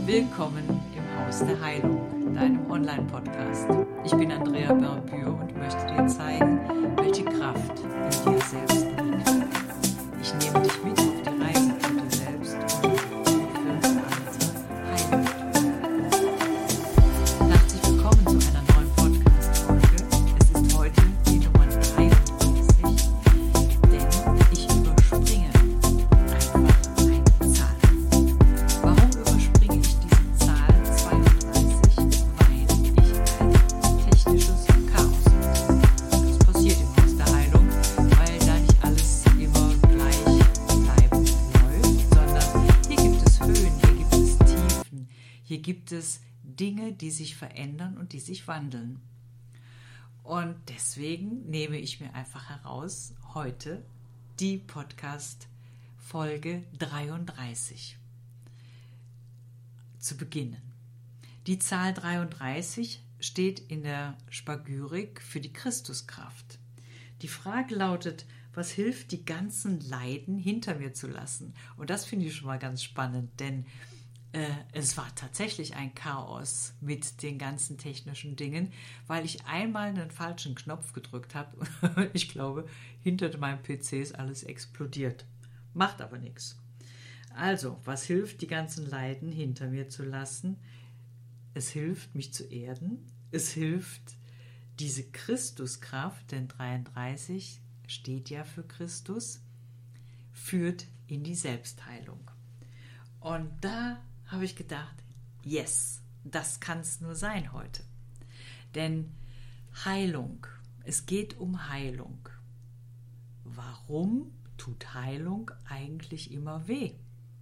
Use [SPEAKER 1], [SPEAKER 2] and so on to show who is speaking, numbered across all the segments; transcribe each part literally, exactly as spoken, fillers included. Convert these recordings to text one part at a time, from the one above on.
[SPEAKER 1] Willkommen im Haus der Heilung, deinem Online-Podcast. Ich bin Andrea Berbür und möchte dir zeigen, welche Kraft in dir selbst liegt. Ich nehme dich mit auf die Reise zu dir selbst und für andere Heilung. Herzlich willkommen zu einer neuen Podcast-Folge. Es ist heute die Nummer dreiunddreißig, denn ich überspringe einfach eine Zahl. Warum überspringe ich diese Zahl zweiunddreißig? Weil ich ein technisches Chaos habe. Das passiert im Haus der Heilung, weil da nicht alles immer gleich bleiben läuft, sondern hier gibt es Höhen, hier gibt es Tiefen, hier gibt es Dinge, die sich verändern und die sich wandeln. Und deswegen nehme ich mir einfach heraus, heute die Podcast-Folge dreiunddreißig zu beginnen. Die Zahl dreiunddreißig steht in der Spagyrik für die Christuskraft. Die Frage lautet, was hilft, die ganzen Leiden hinter mir zu lassen? Und das finde ich schon mal ganz spannend, denn äh, es war tatsächlich ein Chaos mit den ganzen technischen Dingen, weil ich einmal einen falschen Knopf gedrückt habe. Ich glaube, hinter meinem P C ist alles explodiert. Macht aber nichts. Also, was hilft, die ganzen Leiden hinter mir zu lassen? Es hilft, mich zu erden. Es hilft, diese Christuskraft, denn dreiunddreißig steht ja für Christus, führt in die Selbstheilung. Und da habe ich gedacht, yes, das kann es nur sein heute. Denn Heilung, es geht um Heilung. Warum tut Heilung eigentlich immer weh?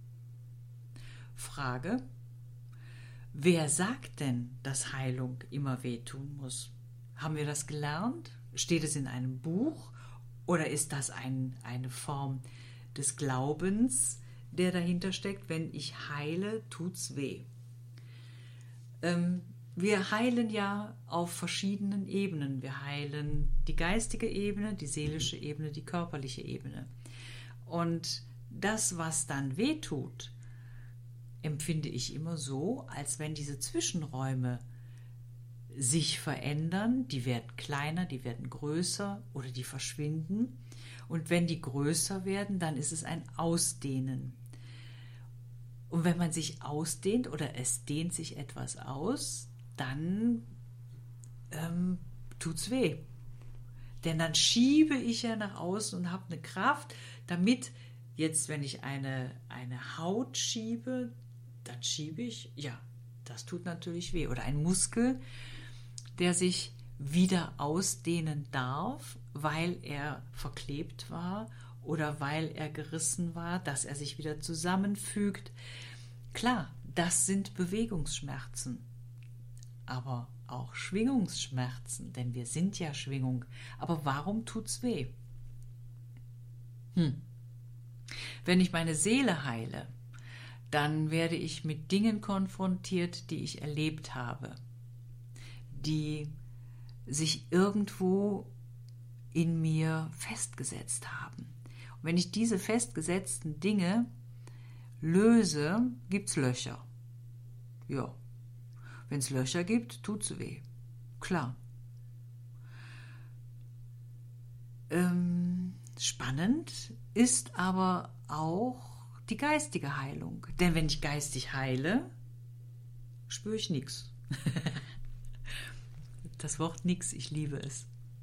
[SPEAKER 1] Frage, wer sagt denn, dass Heilung immer wehtun muss? Haben wir das gelernt? Steht es in einem Buch? Oder ist das ein, eine Form des Glaubens, der dahinter steckt? Wenn ich heile, tut's weh. Ähm, wir heilen ja auf verschiedenen Ebenen. Wir heilen die geistige Ebene, die seelische Ebene, die körperliche Ebene. Und das, was dann weh tut, empfinde ich immer so, als wenn diese Zwischenräume sich verändern, die werden kleiner, die werden größer oder die verschwinden. Und wenn die größer werden, dann ist es ein Ausdehnen. Und wenn man sich ausdehnt oder es dehnt sich etwas aus, dann ähm, tut's weh. Denn dann schiebe ich ja nach außen und habe eine Kraft, damit jetzt, wenn ich eine, eine Haut schiebe, dann schiebe ich, ja, das tut natürlich weh. Oder ein Muskel, der sich wieder ausdehnen darf, weil er verklebt war oder weil er gerissen war, dass er sich wieder zusammenfügt. Klar, das sind Bewegungsschmerzen, aber auch Schwingungsschmerzen, denn wir sind ja Schwingung. Aber warum tut's weh? Hm. Wenn ich meine Seele heile, dann werde ich mit Dingen konfrontiert, die ich erlebt habe, die sich irgendwo in mir festgesetzt haben. Und wenn ich diese festgesetzten Dinge löse, gibt es Löcher. Ja, wenn es Löcher gibt, tut es weh. Klar. Ähm, spannend ist aber auch die geistige Heilung. Denn wenn ich geistig heile, spüre ich nichts. Das Wort nix, ich liebe es.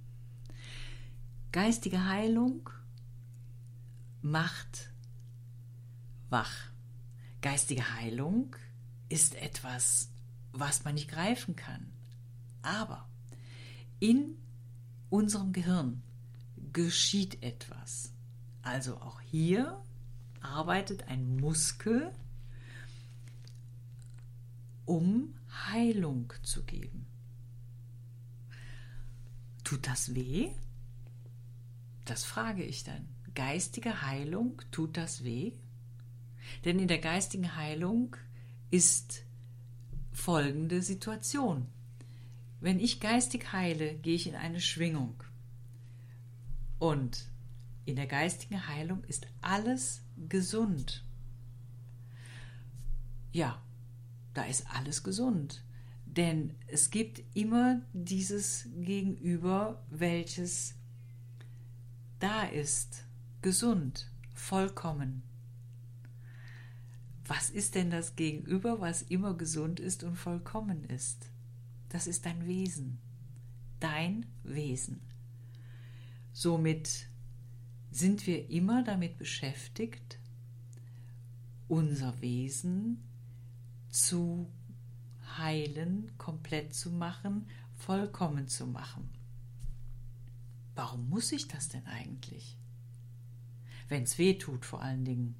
[SPEAKER 1] Geistige Heilung macht wach. Geistige Heilung ist etwas, was man nicht greifen kann. Aber in unserem Gehirn geschieht etwas. Also auch hier arbeitet ein Muskel, um Heilung zu geben. Tut das weh? Das frage ich dann. Geistige Heilung, tut das weh? Denn in der geistigen Heilung ist folgende Situation. Wenn ich geistig heile, gehe ich in eine Schwingung. Und in der geistigen Heilung ist alles gesund. Ja, da ist alles gesund. Denn es gibt immer dieses Gegenüber, welches da ist, gesund, vollkommen. Was ist denn das Gegenüber, was immer gesund ist und vollkommen ist? Das ist dein Wesen, dein Wesen. Somit sind wir immer damit beschäftigt, unser Wesen zu heilen, komplett zu machen, vollkommen zu machen. Warum muss ich das denn eigentlich? Wenn es weh tut vor allen Dingen.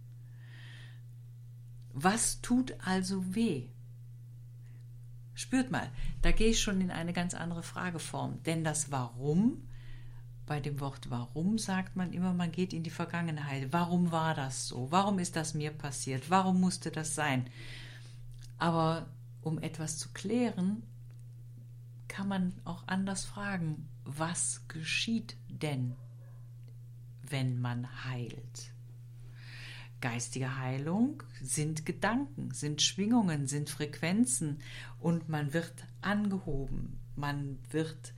[SPEAKER 1] Was tut also weh? Spürt mal, da gehe ich schon in eine ganz andere Frageform. Denn das Warum, bei dem Wort Warum sagt man immer, man geht in die Vergangenheit. Warum war das so? Warum ist das mir passiert? Warum musste das sein? Aber um etwas zu klären, kann man auch anders fragen, was geschieht denn, wenn man heilt? Geistige Heilung sind Gedanken, sind Schwingungen, sind Frequenzen und man wird angehoben, man wird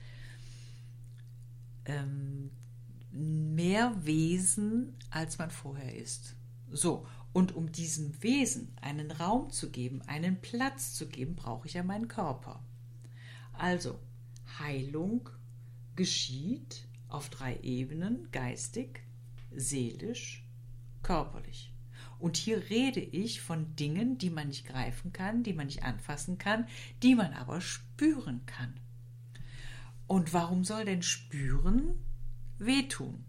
[SPEAKER 1] ähm, mehr Wesen, als man vorher ist. So, und um diesem Wesen einen Raum zu geben, einen Platz zu geben, brauche ich ja meinen Körper. Also, Heilung geschieht auf drei Ebenen, geistig, seelisch, körperlich. Und hier rede ich von Dingen, die man nicht greifen kann, die man nicht anfassen kann, die man aber spüren kann. Und warum soll denn spüren wehtun?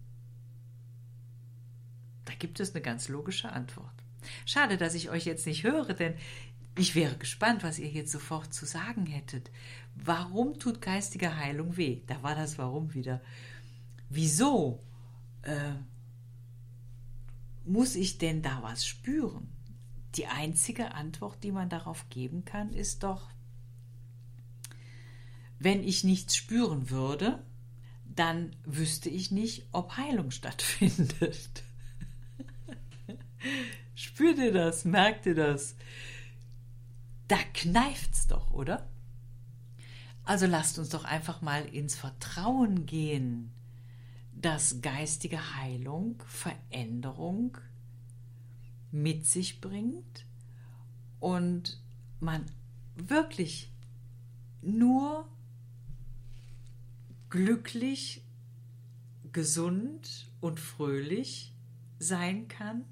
[SPEAKER 1] Da gibt es eine ganz logische Antwort. Schade, dass ich euch jetzt nicht höre, denn ich wäre gespannt, was ihr jetzt sofort zu sagen hättet. Warum tut geistige Heilung weh? Da war das Warum wieder. Wieso äh, muss ich denn da was spüren? Die einzige Antwort, die man darauf geben kann, ist doch, wenn ich nichts spüren würde, dann wüsste ich nicht, ob Heilung stattfindet. Spürt ihr das? Merkt ihr das? Da kneift's doch, oder? Also lasst uns doch einfach mal ins Vertrauen gehen, dass geistige Heilung Veränderung mit sich bringt und man wirklich nur glücklich, gesund und fröhlich sein kann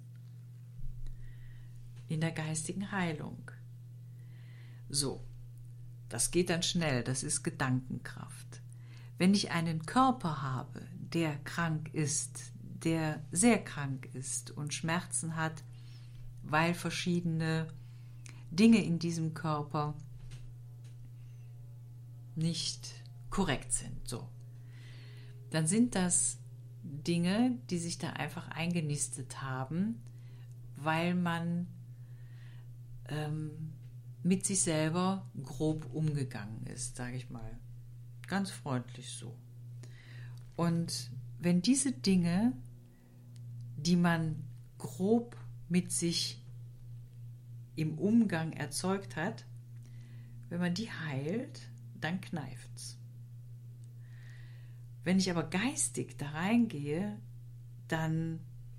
[SPEAKER 1] in der geistigen Heilung. So, das geht dann schnell, das ist Gedankenkraft. Wenn ich einen Körper habe, der krank ist, der sehr krank ist und Schmerzen hat, weil verschiedene Dinge in diesem Körper nicht korrekt sind, so, dann sind das Dinge, die sich da einfach eingenistet haben, weil man ähm, mit sich selber grob umgegangen ist, sage ich mal. Ganz freundlich so. Und wenn diese Dinge, die man grob mit sich im Umgang erzeugt hat, wenn man die heilt, dann kneift's. Wenn ich aber geistig da reingehe, dann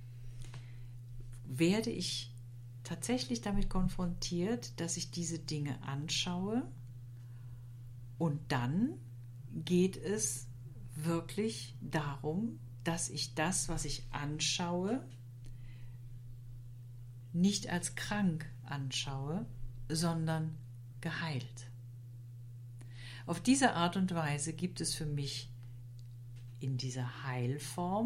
[SPEAKER 1] werde ich tatsächlich damit konfrontiert, dass ich diese Dinge anschaue und dann geht es wirklich darum, dass ich das, was ich anschaue, nicht als krank anschaue, sondern geheilt. Auf diese Art und Weise gibt es für mich in dieser Heilform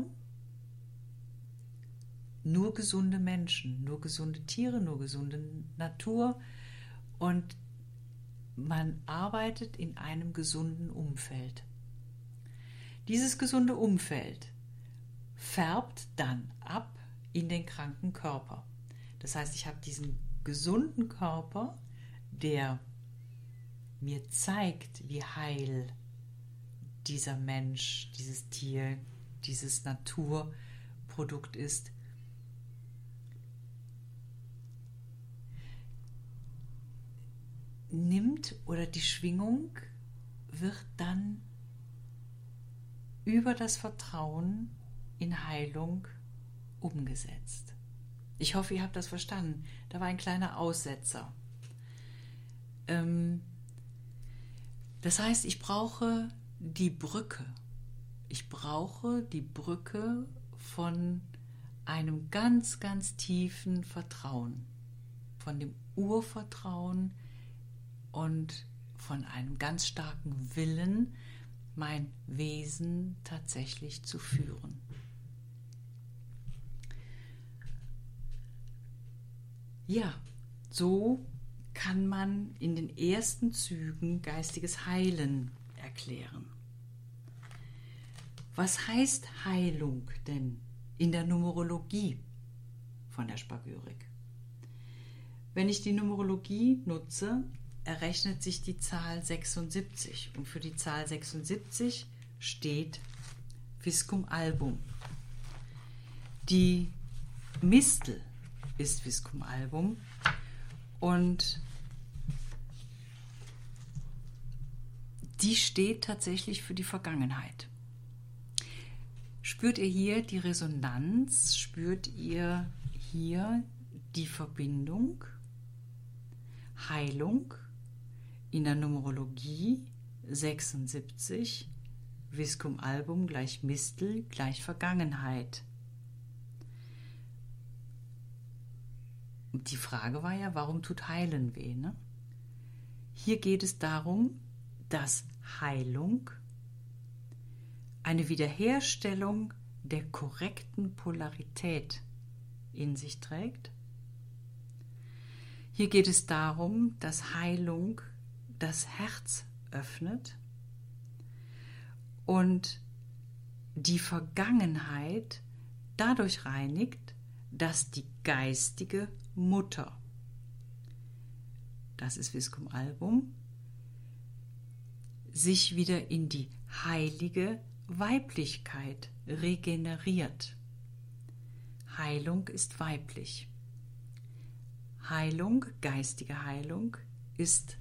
[SPEAKER 1] nur gesunde Menschen, nur gesunde Tiere, nur gesunde Natur und man arbeitet in einem gesunden Umfeld. Dieses gesunde Umfeld färbt dann ab in den kranken Körper. Das heißt, ich habe diesen gesunden Körper, der mir zeigt, wie heil dieser Mensch, dieses Tier, dieses Naturprodukt ist. nimmt oder die Schwingung wird dann über das Vertrauen in Heilung umgesetzt. Ich hoffe, ihr habt das verstanden. Da war ein kleiner Aussetzer. Ähm, das heißt, ich brauche die Brücke. Ich brauche die Brücke von einem ganz, ganz tiefen Vertrauen, von dem Urvertrauen und von einem ganz starken Willen, mein Wesen tatsächlich zu führen. Ja, so kann man in den ersten Zügen geistiges Heilen erklären. Was heißt Heilung denn in der Numerologie von der Spagyrik? Wenn ich die Numerologie nutze, errechnet sich die Zahl sechsundsiebzig. Und für die Zahl sechsundsiebzig steht Viscum Album. Die Mistel ist Viscum Album und die steht tatsächlich für die Vergangenheit. Spürt ihr hier die Resonanz? Spürt ihr hier die Verbindung? Heilung in der Numerologie sechsundsiebzig, Viscum Album gleich Mistel gleich Vergangenheit. Und die Frage war ja, warum tut Heilen weh? Ne? Hier geht es darum, dass Heilung eine Wiederherstellung der korrekten Polarität in sich trägt. Hier geht es darum, dass Heilung das Herz öffnet und die Vergangenheit dadurch reinigt, dass die geistige Mutter, das ist Viscum Album, sich wieder in die heilige Weiblichkeit regeneriert. Heilung ist weiblich. Heilung, geistige Heilung, ist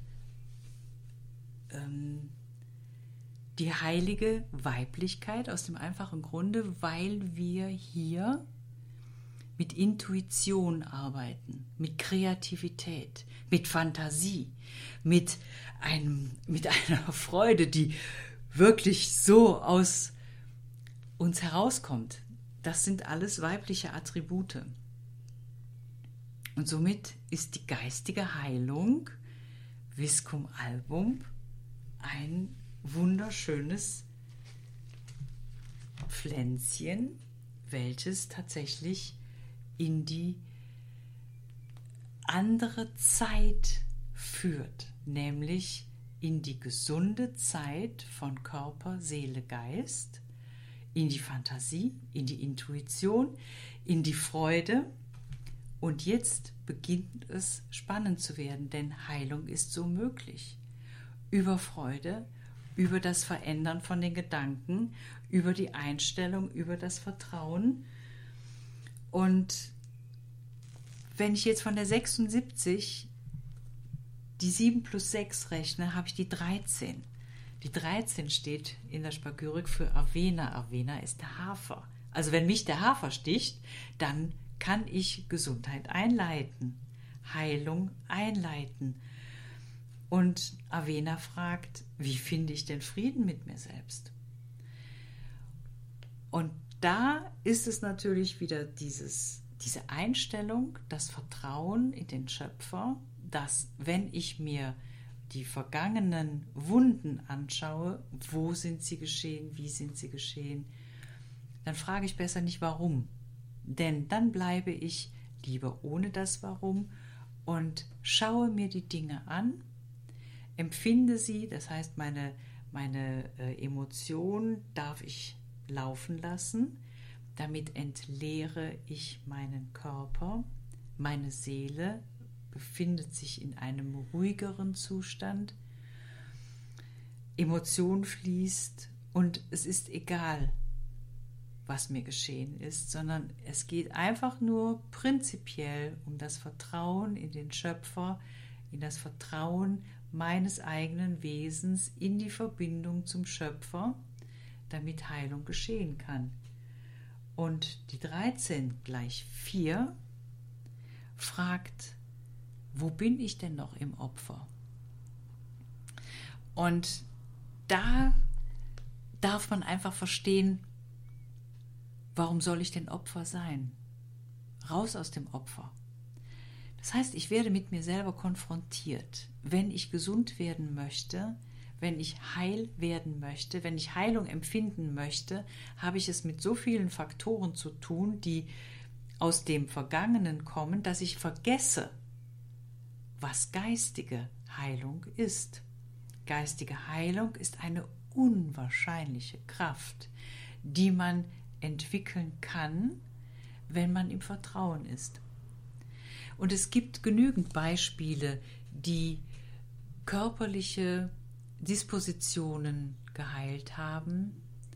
[SPEAKER 1] ähm, die heilige Weiblichkeit aus dem einfachen Grunde, weil wir hier mit Intuition arbeiten, mit Kreativität, mit Fantasie, mit, einem, mit einer Freude, die wirklich so aus uns herauskommt. Das sind alles weibliche Attribute. Und somit ist die geistige Heilung, Viscum Album, ein wunderschönes Pflänzchen, welches tatsächlich in die andere Zeit führt, nämlich in die gesunde Zeit von Körper, Seele, Geist, in die Fantasie, in die Intuition, in die Freude. Und jetzt beginnt es spannend zu werden, denn Heilung ist so möglich. Über Freude, über das Verändern von den Gedanken, über die Einstellung, über das Vertrauen. Und wenn ich jetzt von der sechsundsiebzig die sieben plus sechs rechne, habe ich die dreizehn. Die dreizehn steht in der Spagyrik für Avena. Avena ist der Hafer. Also wenn mich der Hafer sticht, dann kann ich Gesundheit einleiten, Heilung einleiten. Und Avena fragt, wie finde ich den Frieden mit mir selbst? Und da ist es natürlich wieder dieses, diese Einstellung, das Vertrauen in den Schöpfer, dass wenn ich mir die vergangenen Wunden anschaue, wo sind sie geschehen, wie sind sie geschehen, dann frage ich besser nicht warum. Denn dann bleibe ich lieber ohne das Warum und schaue mir die Dinge an, empfinde sie, das heißt meine, meine äh, Emotion darf ich laufen lassen, damit entleere ich meinen Körper, meine Seele befindet sich in einem ruhigeren Zustand, Emotion fließt und es ist egal, was mir geschehen ist, sondern es geht einfach nur prinzipiell um das Vertrauen in den Schöpfer, in das Vertrauen meines eigenen Wesens, in die Verbindung zum Schöpfer, damit Heilung geschehen kann. Und die dreizehn gleich vier fragt, wo bin ich denn noch im Opfer? Und da darf man einfach verstehen, warum soll ich denn Opfer sein? Raus aus dem Opfer. Das heißt, ich werde mit mir selber konfrontiert. Wenn ich gesund werden möchte, wenn ich heil werden möchte, wenn ich Heilung empfinden möchte, habe ich es mit so vielen Faktoren zu tun, die aus dem Vergangenen kommen, dass ich vergesse, was geistige Heilung ist. Geistige Heilung ist eine unwahrscheinliche Kraft, die man entwickeln kann, wenn man im Vertrauen ist. Und es gibt genügend Beispiele, die körperliche Dispositionen geheilt haben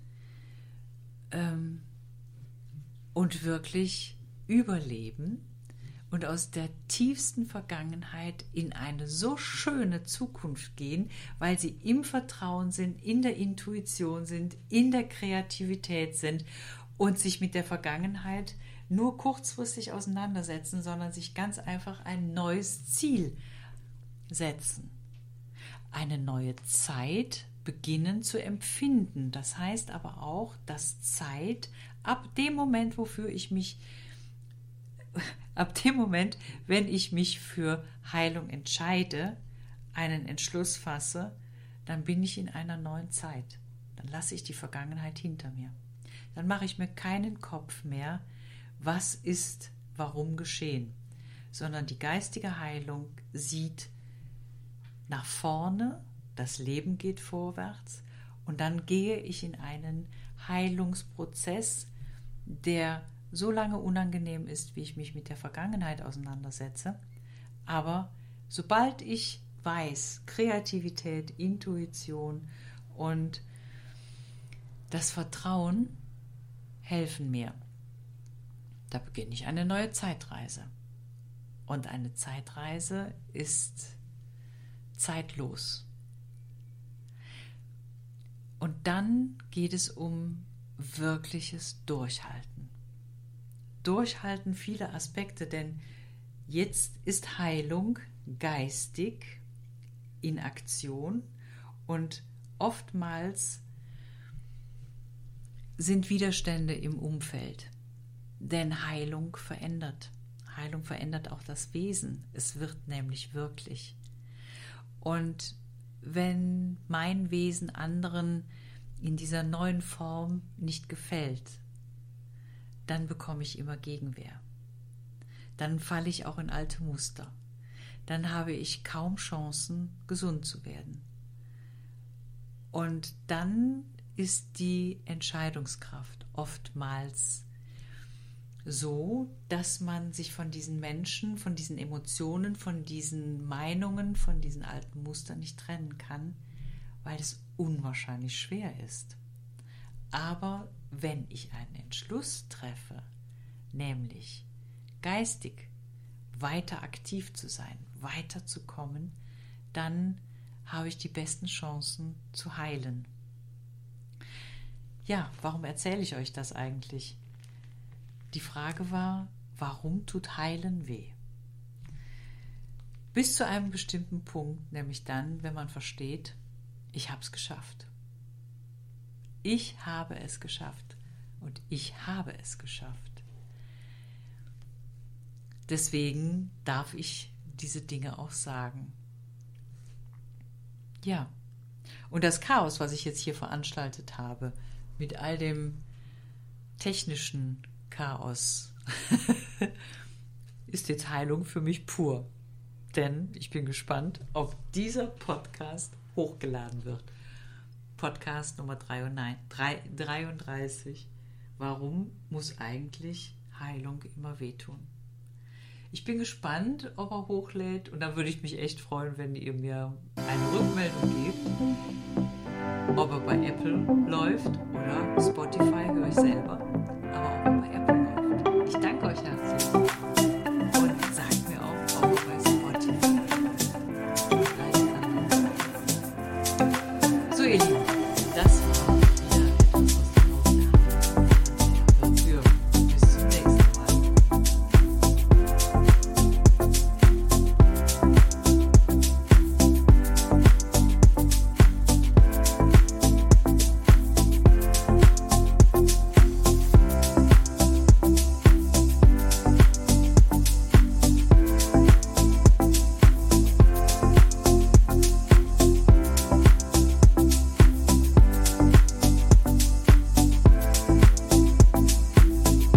[SPEAKER 1] ähm, und wirklich überleben und aus der tiefsten Vergangenheit in eine so schöne Zukunft gehen, weil sie im Vertrauen sind, in der Intuition sind, in der Kreativität sind und sich mit der Vergangenheit nur kurzfristig auseinandersetzen, sondern sich ganz einfach ein neues Ziel setzen. Eine neue Zeit beginnen zu empfinden. Das heißt aber auch, dass Zeit ab dem Moment, wofür ich mich, ab dem Moment, wenn ich mich für Heilung entscheide, einen Entschluss fasse, dann bin ich in einer neuen Zeit. Dann lasse ich die Vergangenheit hinter mir. Dann mache ich mir keinen Kopf mehr, was ist, warum geschehen, sondern die geistige Heilung sieht nach vorne, das Leben geht vorwärts und dann gehe ich in einen Heilungsprozess, der so lange unangenehm ist, wie ich mich mit der Vergangenheit auseinandersetze. Aber sobald ich weiß, Kreativität, Intuition und das Vertrauen helfen mir. Da beginne ich eine neue Zeitreise. Und eine Zeitreise ist zeitlos. Und dann geht es um wirkliches Durchhalten. Durchhalten viele Aspekte, denn jetzt ist Heilung geistig in Aktion und oftmals sind Widerstände im Umfeld. Denn Heilung verändert. Heilung verändert auch das Wesen. Es wird nämlich wirklich. Und wenn mein Wesen anderen in dieser neuen Form nicht gefällt, dann bekomme ich immer Gegenwehr. Dann falle ich auch in alte Muster. Dann habe ich kaum Chancen, gesund zu werden. Und dann ist die Entscheidungskraft oftmals so, dass man sich von diesen Menschen, von diesen Emotionen, von diesen Meinungen, von diesen alten Mustern nicht trennen kann, weil es unwahrscheinlich schwer ist. Aber wenn ich einen Entschluss treffe, nämlich geistig weiter aktiv zu sein, weiterzukommen, dann habe ich die besten Chancen zu heilen. Ja, warum erzähle ich euch das eigentlich? Die Frage war, warum tut Heilen weh? Bis zu einem bestimmten Punkt, nämlich dann, wenn man versteht, ich habe es geschafft. Ich habe es geschafft und ich habe es geschafft. Deswegen darf ich diese Dinge auch sagen. Ja, und das Chaos, was ich jetzt hier veranstaltet habe, mit all dem technischen Chaos, ist jetzt Heilung für mich pur. Denn ich bin gespannt, ob dieser Podcast hochgeladen wird. Podcast Nummer dreiunddreißig. Warum muss eigentlich Heilung immer wehtun? Ich bin gespannt, ob er hochlädt und dann würde ich mich echt freuen, wenn ihr mir eine Rückmeldung gebt, ob er bei Apple läuft oder Spotify, höre ich selber.